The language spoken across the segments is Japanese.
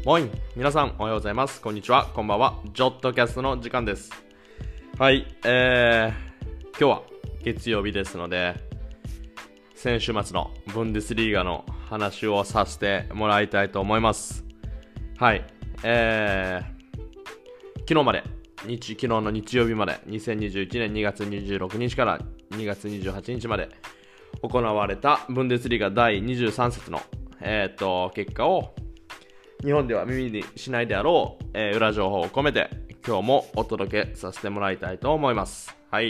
もい、皆さんおはようございます。こんにちは、こんばんは。ジョットキャストの時間です。はい、今日は月曜日ですので、先週末のブンデスリーガの話をさせてもらいたいと思います。はい、昨日の日曜日まで、2021年2月26日から2月28日まで行われたブンデスリーガ第23節の、結果を日本では耳にしないであろう、裏情報を込めて今日もお届けさせてもらいたいと思います。はい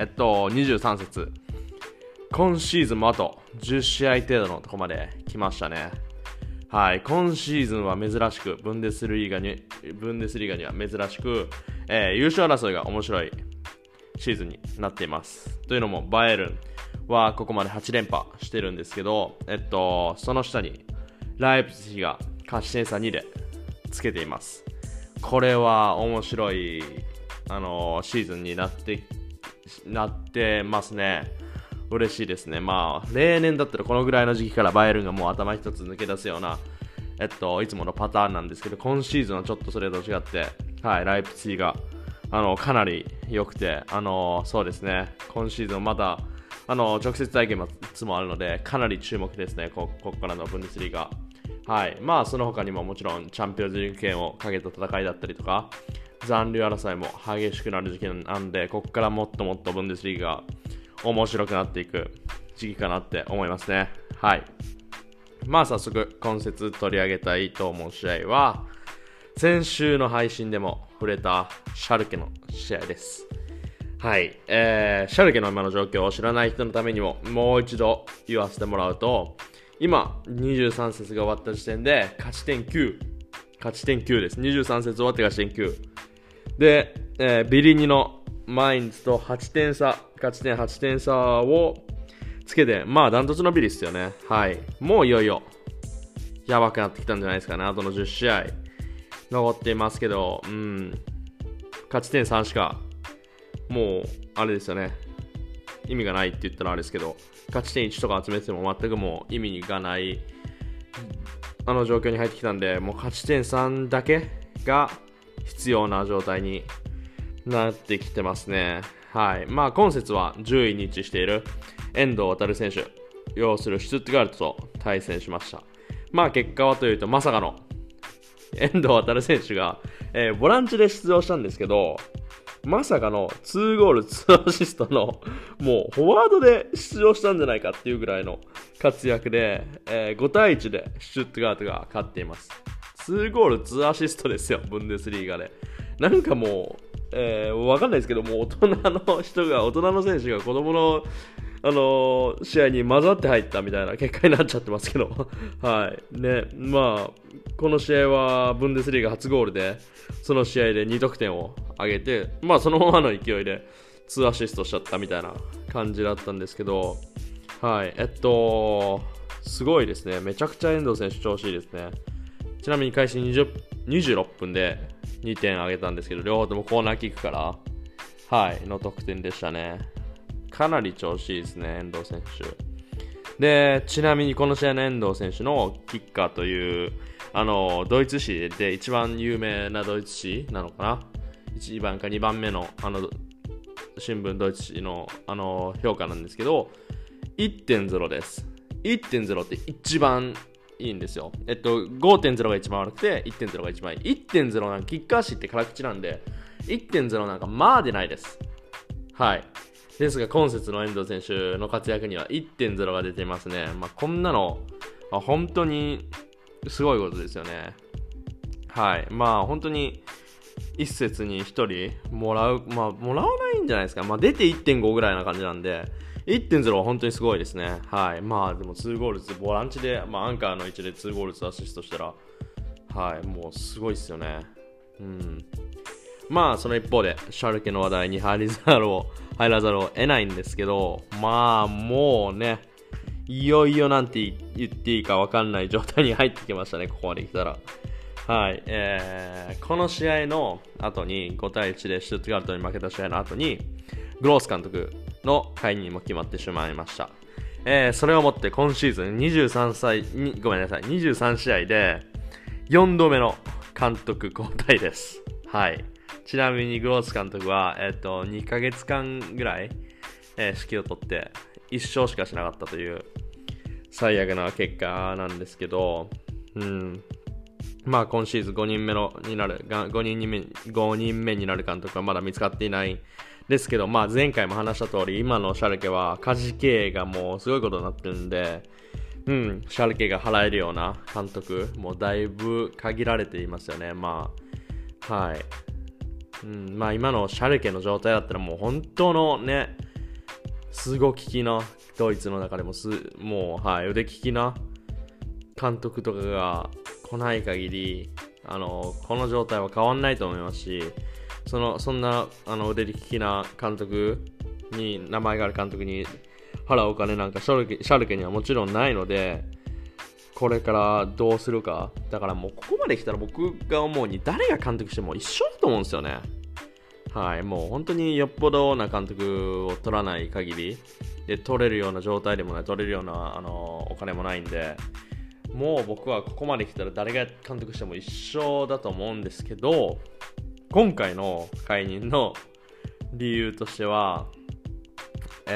、23節、今シーズンもあと10試合程度のところまで来ましたね。はい、今シーズンは珍しくブンデスリーガには珍しく、優勝争いが面白いシーズンになっています。というのもバイエルンはここまで8連覇してるんですけど、その下にライプツィヒが勝ち点差2でつけています。これは面白い、シーズンになってますね。嬉しいですね。例年だったらこのぐらいの時期からバイエルンがもう頭一つ抜け出すような、いつものパターンなんですけど、今シーズンはちょっとそれと違って、はい、ライプツィヒがかなり良くて、そうですね、今シーズンまた直接対決もあるので、かなり注目ですね、ここからのブンデスリーガ。はい、その他にももちろんチャンピオンズリーグ権をかけた戦いだったりとか、残留争いも激しくなる時期なんで、ここからもっともっとブンデスリーガ面白くなっていく時期かなって思いますね。はい。早速今節取り上げたいと思う試合は、先週の配信でも触れたシャルケの試合です。はい、シャルケの今の状況を知らない人のためにももう一度言わせてもらうと、今23節が終わった時点で勝ち点9です。23節終わって勝ち点9で、ビリニのマインズと勝ち点8点差をつけて、ダントツのビリですよね。はい、もういよいよやばくなってきたんじゃないですかね。あとの10試合残っていますけど、勝ち点3しかもうあれですよね、意味がないって言ったらあれですけど、勝ち点1とか集めても全くもう意味がない状況に入ってきたんで、もう勝ち点3だけが必要な状態になってきてますね。はい、今節は10位に位置している遠藤航選手要するシュツットガルトと対戦しました。結果はというと、まさかの遠藤航選手が、ボランチで出場したんですけど、まさかの2ゴール2アシストのもうフォワードで出場したんじゃないかっていうぐらいの活躍で、5対1でシュットガートが勝っています。2ゴール2アシストですよ、ブンデスリーガで。なんかもう、わかんないですけど、もう大人の選手が子供の試合に混ざって入ったみたいな結果になっちゃってますけどはいね、この試合はブンデスリーガ初ゴールで、その試合で2得点を挙げて、そのままの勢いで2アシストしちゃったみたいな感じだったんですけど、はい、すごいですね。めちゃくちゃ遠藤選手調子いいですね。ちなみに開始26分で2点挙げたんですけど、両方ともコーナーキックから、の得点でしたね。かなり調子いいですね、遠藤選手で。ちなみにこの試合の遠藤選手のキッカーというドイツ誌で一番有名なドイツ誌なのかな、1番か2番目の新聞ドイツ誌の評価なんですけど、 1.0 です。 1.0 って一番いいんですよ。5.0 が一番悪くて 1.0 が一番いい。 1.0 なんかキッカー誌って辛口なんで 1.0 なんか出ないです。はい、ですが今節の遠藤選手の活躍には 1.0 が出ていますね。こんなの本当にすごいことですよね。はい、本当に一節に1人もらわないんじゃないですか。出て 1.5 ぐらいな感じなんで 1.0 は本当にすごいですね。はい、でも2ゴールズボランチで、アンカーの位置で2ゴールズアシストしたら、もうすごいですよね。その一方でシャルケの話題に入らざるを得ないんですけど、もうね、いよいよなんて言っていいか分かんない状態に入ってきましたね、ここまで来たら。はい、この試合の後に5対1でシュツットガルトに負けた試合の後にグロース監督の解任も決まってしまいました。それをもって今シーズン23試合で 4度目の監督交代です。はい。ちなみにグロース監督は、2ヶ月間ぐらい、指揮を取って1勝しかしなかったという最悪な結果なんですけど、まあ今シーズン5人目になる監督はまだ見つかっていないですけど、まあ前回も話した通り、今のシャルケは家事経営がもうすごいことになってるんで、シャルケが払えるような監督もだいぶ限られていますよね。まあ、はい。まあ今のシャルケの状態だったらもう本当のね、すごききなドイツの中でももう、はい、腕利きな監督とかが来ない限り、この状態は変わんないと思いますし、そんな腕利きな監督に、名前がある監督に払うお金なんかシャルケにはもちろんないので、これからどうするか。だからもうここまで来たら僕が思うに誰が監督しても一緒だと思うんですよね。はい、もう本当によっぽどな監督を取らない限りで取れるような状態でもない、取れるようなお金もないんで、もう僕はここまで来たら誰が監督しても一緒だと思うんですけど、今回の解任の理由としては、シ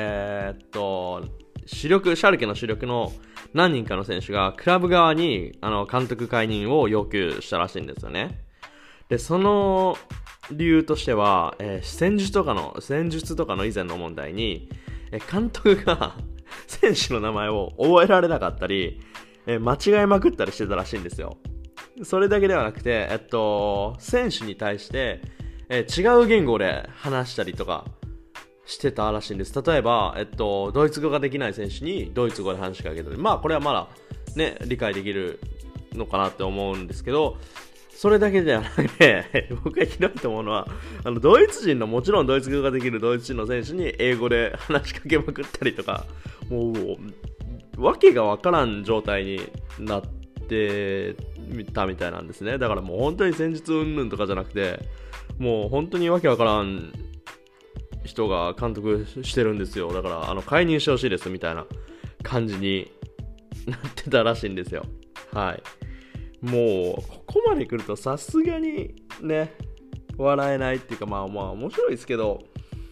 ャルケの主力の何人かの選手がクラブ側に監督解任を要求したらしいんですよね。で、その理由としては、戦術とかの以前の問題に、監督が選手の名前を覚えられなかったり、間違えまくったりしてたらしいんですよ。それだけではなくて、選手に対して、違う言語で話したりとかしてたらしいんです。例えば、ドイツ語ができない選手にドイツ語で話しかけたり、まあこれはまだね理解できるのかなって思うんですけど、それだけではなくて僕がひどいと思うのは、ドイツ人の、もちろんドイツ語ができるドイツ人の選手に英語で話しかけまくったりとか、もうわけがわからん状態になってたみたいなんですね。だからもう本当に戦術云々とかじゃなくて、もう本当にわけわからん人が監督してるんですよ。だから解任してほしいですみたいな感じになってたらしいんですよ。はい。もうここまで来るとさすがにね笑えないっていうか、まあ面白いですけど、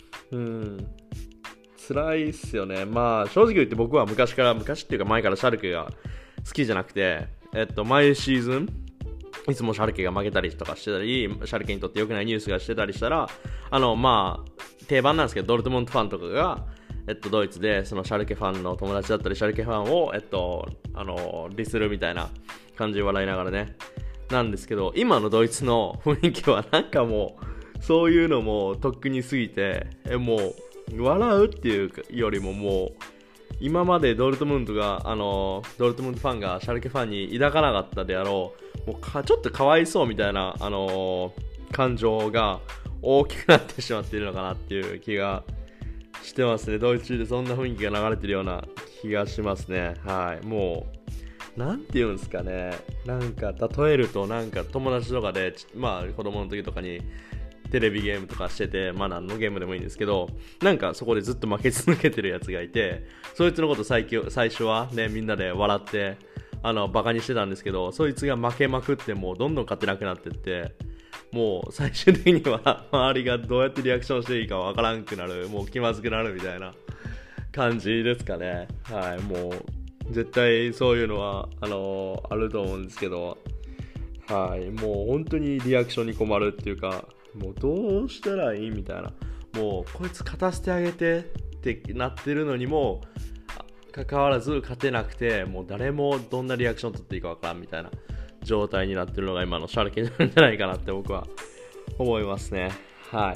辛いっすよね。まあ正直言って僕は昔っていうか前からシャルケが好きじゃなくて、毎シーズンいつもシャルケが負けたりとかしてたり、シャルケにとって良くないニュースがしてたりしたら、まあ定番なんですけど、ドルトムントファンとかがドイツでそのシャルケファンの友達だったりシャルケファンをディスるみたいな感じで笑いながらねなんですけど、今のドイツの雰囲気はなんかもうそういうのもとっくに過ぎて、もう笑うっていうよりも、もう今までドルトムントファンがシャルケファンに抱かなかったであろう、もうちょっとかわいそうみたいな感情が大きくなってしまっているのかなっていう気がしてますね。ドイツ中でそんな雰囲気が流れてるような気がしますね。はい。もうなんていうんですかね、なんか例えると、なんか友達とかでまあ子供の時とかにテレビゲームとかしてて、まあ何のゲームでもいいんですけど、なんかそこでずっと負け続けてるやつがいて、そいつのこと最初はねみんなで笑ってバカにしてたんですけど、そいつが負けまくってもうどんどん勝てなくなってって、もう最終的には周りがどうやってリアクションしていいかわからんくなる、もう気まずくなるみたいな感じですかね。はい。もう絶対そういうのはあると思うんですけど、はい。もう本当にリアクションに困るっていうか、もうどうしたらいいみたいな、もうこいつ勝たせてあげてってなってるのにもかかわらず勝てなくて、もう誰もどんなリアクション取っていいかわからんみたいな状態になってるのが今のシャルケなんじゃないかなって僕は思いますね。はい。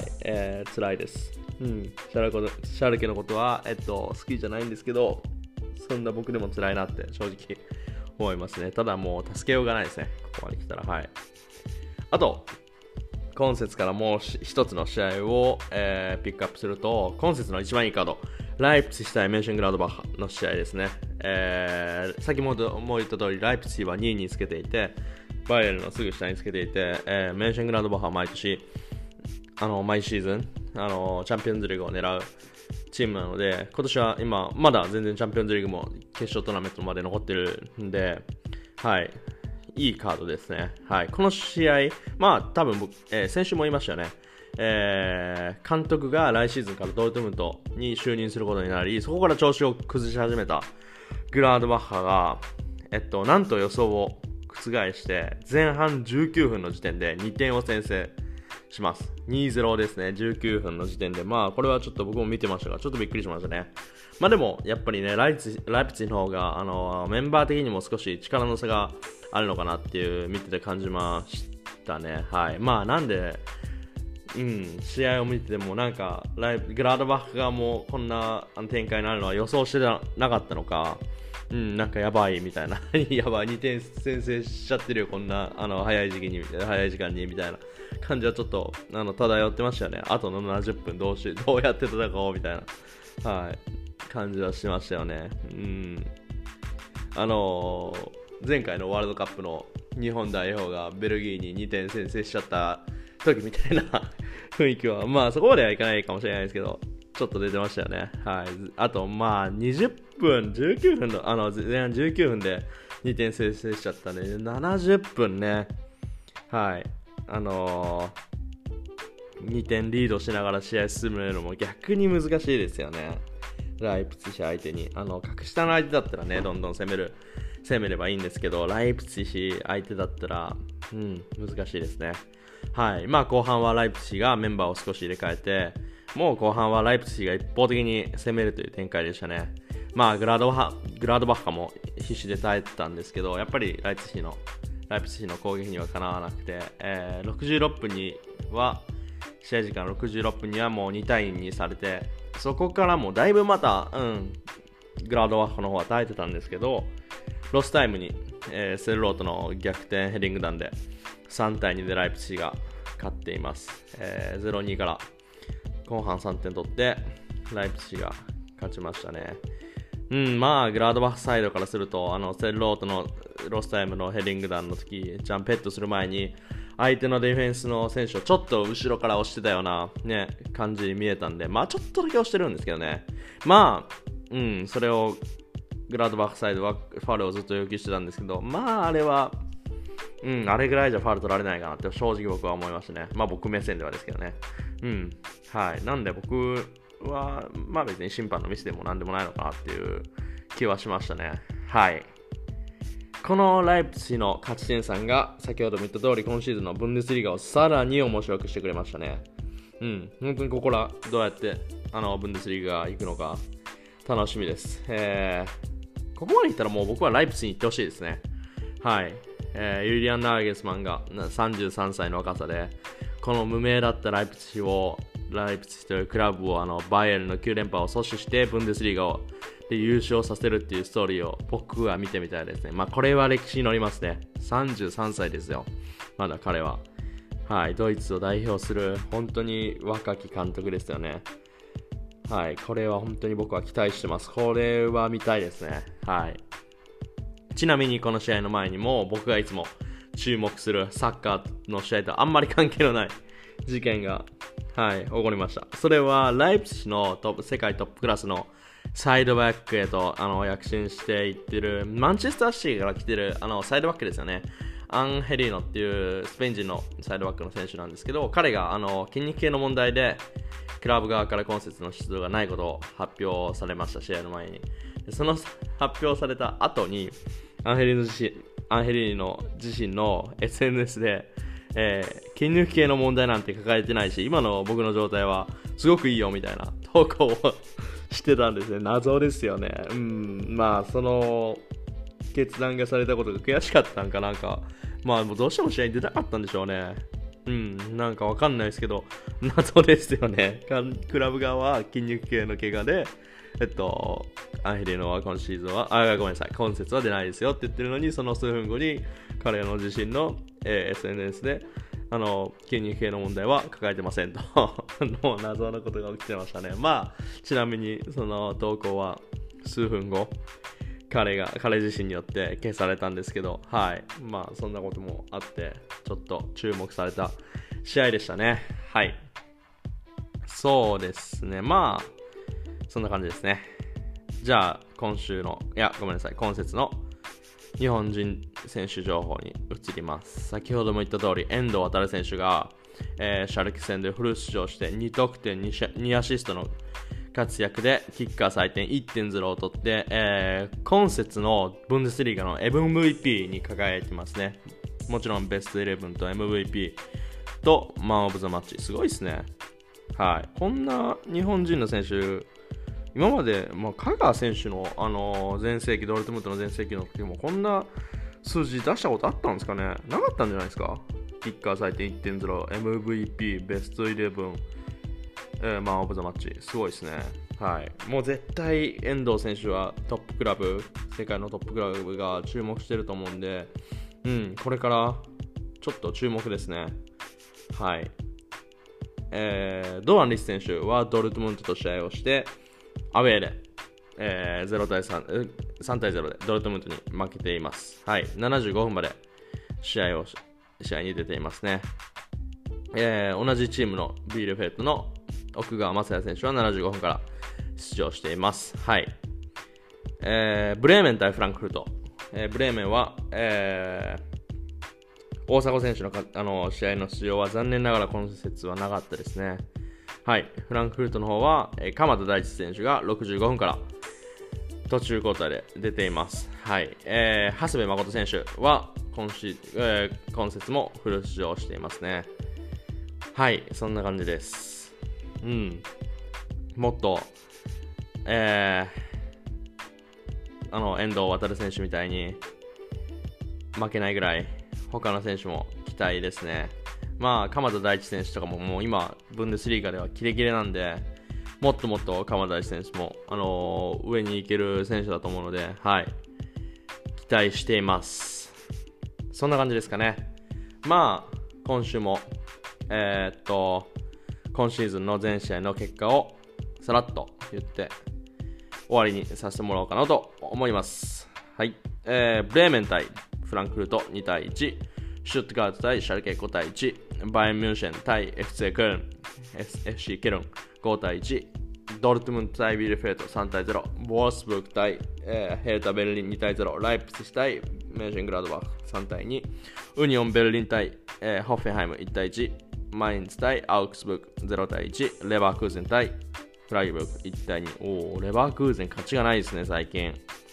辛いです。シャルケのことは、好きじゃないんですけど、そんな僕でも辛いなって正直思いますね。ただもう助けようがないですね、ここまで来たら。はい。あと今節からもう一つの試合を、ピックアップすると、今節の一番いいカード、ライプツィヒ対メンシェングラードバッハの試合ですね。先ほども言った通り、ライプツィは2位につけていて、バイエルンのすぐ下につけていて、メンシェングラードバッハは毎年毎シーズンチャンピオンズリーグを狙うチームなので、今年は今まだ全然チャンピオンズリーグも決勝トーナメントまで残ってるんで、はい、 いいカードですね。はい。この試合、多分僕、先週も言いましたよね。監督が来シーズンからドルトムントに就任することになり、そこから調子を崩し始めたグラードバッハが、なんと予想を覆して前半19分の時点で2点を先制します。 2-0 ですね。19分の時点で、これはちょっと僕も見てましたがちょっとびっくりしましたね。でもやっぱりね、ライプツィの方がメンバー的にも少し力の差があるのかなっていう見てて感じましたね。はい。なんで試合を見ててもなんかグラードバッハがもうこんな展開になるのは予想してなかったのか、なんかやばいみたいなやばい2点先制しちゃってるよこんな早い時間にみたいな感じはちょっと漂ってましたよね。あとの70分どうやって戦おうみたいな、はい、感じはしましたよね。前回のワールドカップの日本代表がベルギーに2点先制しちゃった時みたいな雰囲気はそこまではいかないかもしれないですけどちょっと出てましたよね。はい。あと20分19分の前半19分で2点先制しちゃったね。70分ね、はい2点リードしながら試合進めるのも逆に難しいですよね。ライプツィヒ相手に格下の相手だったらねどんどん攻めればいいんですけど、ライプツィヒ相手だったら難しいですね。はい。後半はライプツィヒがメンバーを少し入れ替えて、もう後半はライプツィヒが一方的に攻めるという展開でしたね。グラードバッハも必死で耐えてたんですけど、やっぱりライプツィヒの攻撃にはかなわなくて、66分には試合時間66分にはもう2対2にされて、そこからもだいぶまた、グラードバッハの方は耐えてたんですけど、ロスタイムに、セルロートの逆転ヘディング弾で3対2でライプツィヒが勝っています。0-2から後半3点取ってライプツィヒが勝ちましたね。グラードバッハサイドからするとセルロートのロスタイムのヘディング弾の時ジャンプヘッドする前に相手のディフェンスの選手をちょっと後ろから押してたような、感じに見えたんで、ちょっとだけ押してるんですけどね。それをグラードバッハサイドはファウルをずっと要求してたんですけど、あれはあれぐらいじゃファウル取られないかなって正直僕は思いましたね。僕目線ではですけどね。はい。なんで僕は別に審判のミスでもなんでもないのかなっていう気はしましたね。はい。このライプツィヒの勝ち点3が先ほども言った通り今シーズンのブンデスリーガをさらに面白くしてくれましたね。本当にここらどうやってブンデスリーガ行くのか楽しみです。ここまでいったらもう僕はライプツィヒに行ってほしいですね。はい。ユリアン・ナーゲスマンが33歳の若さでこの無名だったライプツィヒというクラブをバイエルンの9連覇を阻止してブンデスリーガをで優勝させるっていうストーリーを僕は見てみたいですね。これは歴史に乗りますね。33歳ですよ。まだ彼は。はい。ドイツを代表する本当に若き監督ですよね。はい。これは本当に僕は期待してます。これは見たいですね。はい。ちなみにこの試合の前にも僕がいつも注目するサッカーの試合とあんまり関係のない事件が、起こりました。それはライプツィヒの世界トップクラスのサイドバックへと躍進していってるマンチェスターシティから来てるサイドバックですよね。アンヘリーノっていうスペイン人のサイドバックの選手なんですけど、彼が筋肉系の問題でクラブ側から今節の出場がないことを発表されました。試合の前に。でその発表された後にアンヘリーノ自身の SNS で、筋肉系の問題なんて抱えてないし今の僕の状態はすごくいいよみたいな投稿をしてたんですね。謎ですよね。その決断がされたことが悔しかったんかなんかもうどうしても試合に出たかったんでしょうね。なんかわかんないですけど謎ですよね。クラブ側は筋肉系の怪我でアンヘリーノは今シーズンはごめんなさい今節は出ないですよって言ってるのにその数分後に彼の自身の、SNS で筋肉系の問題は抱えてませんともう謎のことが起きてましたね。ちなみにその投稿は数分後彼自身によって消されたんですけど、そんなこともあってちょっと注目された試合でしたね。そうですね。そんな感じですね。じゃあ今節の日本人選手情報に移ります。先ほども言った通り、遠藤航選手が、シャルケ戦でフル出場して2得点 2アシストの活躍でキッカー採点 1.0 を取って、今節のブンデスリーガの MVP に輝いてますね。もちろんベスト11と MVP とマンオブザマッチ、すごいですね。はい、こんな日本人の選手、今まで、香川選手の、全盛期、ドルトムントの全盛期の時もこんな数字出したことあったんですかね。なかったんじゃないですか。キッカー採点 1.0、MVP、ベスト11、マンオブザマッチ、すごいですね。はい、もう絶対遠藤選手はトップクラブ、世界のトップクラブが注目してると思うんで、これからちょっと注目ですね。はい。堂安律選手はドルトムントと試合をしてアウェーで、0対3、3対0でドルトムントに負けています。はい、75分まで試合に出ていますね。同じチームのビールフェットの奥川雅也選手は75分から出場しています。はい。ブレーメン対フランクフルト。ブレーメンは、大迫選手の、試合の出場は残念ながら今節はなかったですね。はい。フランクフルトの方は、鎌田大地選手が65分から途中交代で出ています。はい。長谷部誠選手は今節もフル出場していますね。はい。そんな感じです。もっと、遠藤航選手みたいに負けないぐらい他の選手も期待ですね。鎌田大地選手とかももう今ブンデスリーガではキレキレなんで、もっともっと鎌田大地選手も、上に行ける選手だと思うので、はい、期待しています。そんな感じですかね。今週も今シーズンの全試合の結果をさらっと言って終わりにさせてもらおうかなと思います。はい。ブレーメン対フランクフルト2対1、シュットガート対シャルケ5対1、バイエンミュンシェン対 FC ケルン5対1、ドルトムント対ビールフェルト3対0、ボースブルク対、ヘルタベルリン2対0、ライプツィヒ対メンシェングラドバーク3対2、ウニオンベルリン対、ホッフェンハイム1対1、マインツ対アウクスブルク0対1、レバークーゼン対フライブルク1対2。レバークーゼン勝ちがないですね、最近。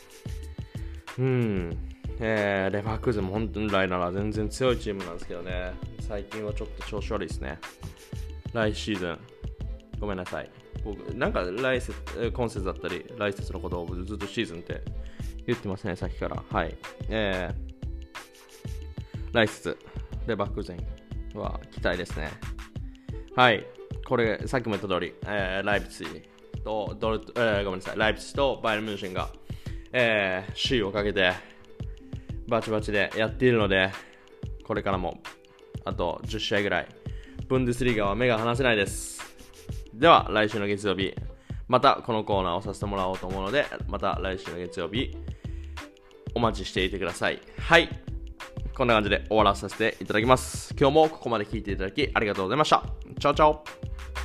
レバークーゼンも本来なら全然強いチームなんですけどね、最近はちょっと調子悪いですね。来シーズン、ごめんなさい。僕、なんか今節だったり、来節のことをずっとシーズンって言ってますね、さっきから。はい。来節、レバークーゼンは期待ですね。はい。これ、さっきも言った通り、ライプツィとライプツィとバイエルンミュンシェンが、首位をかけてバチバチでやっているので、これからもあと10試合ぐらいブンデスリーガは目が離せないです。では来週の月曜日またこのコーナーをさせてもらおうと思うので、また来週の月曜日お待ちしていてください。はい、こんな感じで終わらさせていただきます。今日もここまで聞いていただきありがとうございました。チャオチャオ。